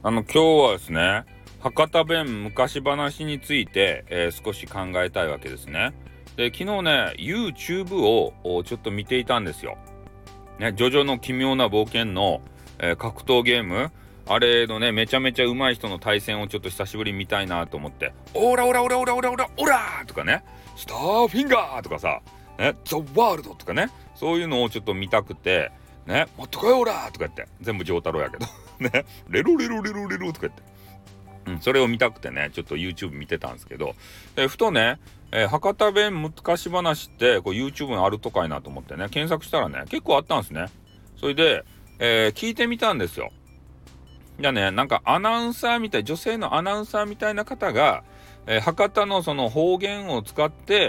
今日はですね、博多弁昔話について、少し考えたいわけですね。で、昨日ね、YouTube をちょっと見ていたんですよ。ね、ジョジョの奇妙な冒険の、格闘ゲーム、あれのね、めちゃめちゃ上手い人の対戦をちょっと久しぶりに見たいなと思って、オラオラオラオラオラオラオラーとかね、スターフィンガーとかさ、ね、ザ・ワールドとかね、そういうのをちょっと見たくて、ね、もっと来いオラーとか言って、全部丈太郎やけど、ね、レロレロレロレロとか言って、それを見たくてね、ちょっと YouTube 見てたんですけど、ふとね、博多弁昔話ってこう YouTube にあるとかいなと思ってね、検索したらね、結構あったんですね。それで、聞いてみたんですよ。じゃあね、なんかアナウンサーみたい、女性のアナウンサーみたいな方が、博多のその方言を使って、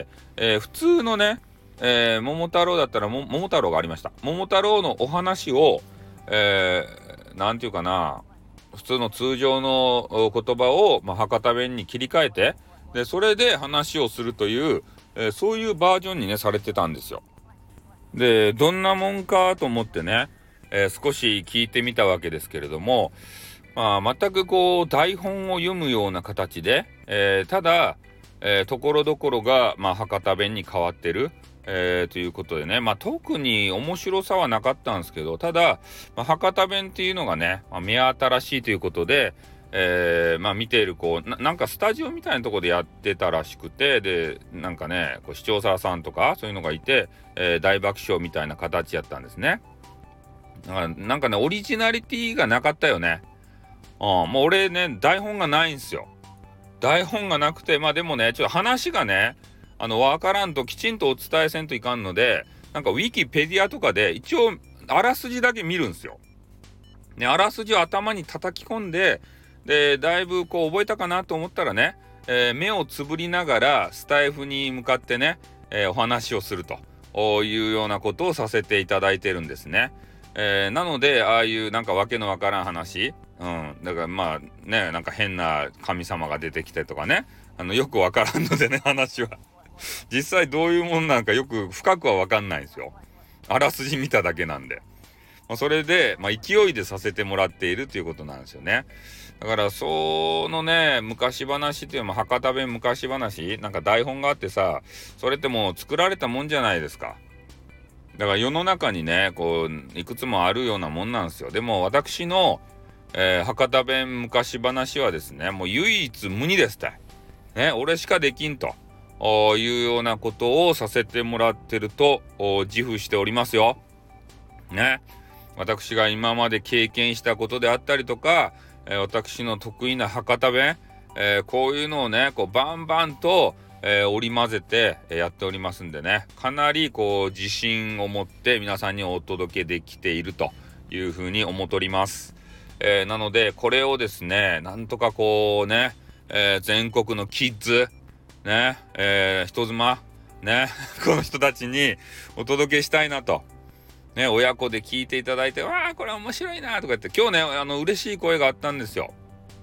普通のね、桃太郎だったら桃太郎がありました。桃太郎のお話を、なんていうかな、普通の通常の言葉を、博多弁に切り替えて、でそれで話をするという、そういうバージョンにねされてたんですよ。でどんなもんかと思ってね、少し聞いてみたわけですけれども、全くこう台本を読むような形で、ただ、ところどころが、博多弁に変わってる、ということでね、特に面白さはなかったんですけど、ただ、博多弁っていうのがね、目新しいということで、見ているこうなんかスタジオみたいなところでやってたらしくて、でなんかねこう視聴者さんとかそういうのがいて、大爆笑みたいな形やったんですね。だからなんかねオリジナリティがなかったよね。もう俺ね台本がないんすよ。台本がなくて、でもねちょっと話がねわからんときちんとお伝えせんといかんので、なんかウィキペディアとかで一応あらすじだけ見るんすよ。ね、あらすじを頭に叩き込んで、でだいぶこう覚えたかなと思ったらね、目をつぶりながらスタイフに向かってね、お話をするというようなことをさせていただいてるんですね。なのでああいうなんかわけのわからん話、だからなんか変な神様が出てきてとかね、よくわからんのでね話は実際どういうもんなんかよく深くはわかんないんですよ。あらすじ見ただけなんで。それで、勢いでさせてもらっているということなんですよね。だからそのね昔話っていうのも博多弁昔話なんか台本があってさ、それってもう作られたもんじゃないですか。だから世の中にねこういくつもあるようなもんなんですよ。でも私の、博多弁昔話はですね、もう唯一無二ですってね、俺しかできんというようなことをさせてもらってると自負しておりますよね。私が今まで経験したことであったりとか、私の得意な博多弁、こういうのをねこうバンバンと、織り交ぜて、やっておりますんでね、かなりこう自信を持って皆さんにお届けできているというふうに思っております。なのでこれをですねなんとかこうね、全国のキッズね、人妻ねこの人たちにお届けしたいなとね、親子で聞いていただいて、わあこれ面白いなとか言って、今日ね嬉しい声があったんですよ。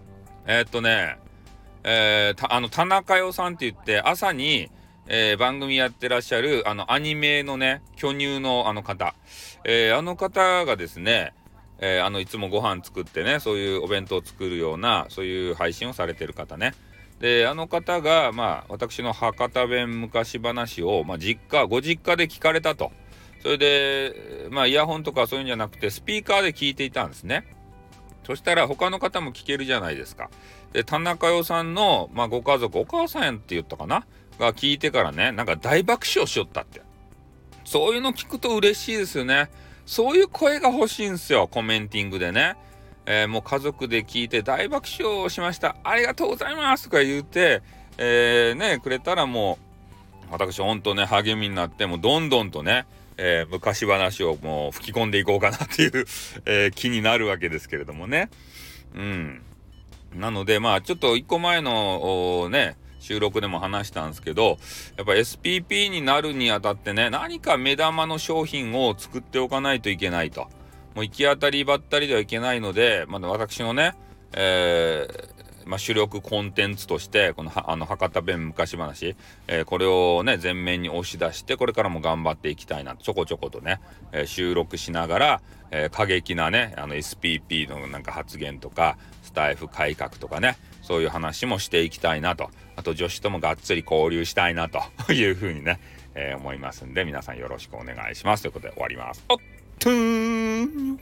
田中代さんって言って朝に、番組やってらっしゃるアニメのね巨乳の方、あの方がですね、いつもご飯作ってねそういうお弁当を作るようなそういう配信をされてる方ね。であの方が私の博多弁昔話を、ご実家で聞かれたと。それでイヤホンとかそういうんじゃなくてスピーカーで聞いていたんですね。そしたら他の方も聞けるじゃないですか。で田中代さんの、ご家族、お母さんって言ったかなが聞いてからね、なんか大爆笑しよったって。そういうの聞くと嬉しいですよね。そういう声が欲しいんですよ、コメンティングでね。もう家族で聞いて大爆笑しました、ありがとうございますとか言って、くれたらもう私ほんとね励みになって、もうどんどんとね、昔話をもう吹き込んでいこうかなっていう、気になるわけですけれどもね。なのでちょっと一個前のね収録でも話したんですけど、やっぱ SPP になるにあたってね、何か目玉の商品を作っておかないといけないと。もう行き当たりばったりではいけないので、私のね、 主力コンテンツとしてこの博多弁昔話、これをね前面に押し出して、これからも頑張っていきたいなと、ちょこちょことね、収録しながら、過激なねSPP のなんか発言とかスタイフ改革とかね、そういう話もしていきたいなと、あと女子ともがっつり交流したいなというふうにね、思いますんで、皆さんよろしくお願いしますということで終わります。おっとーん。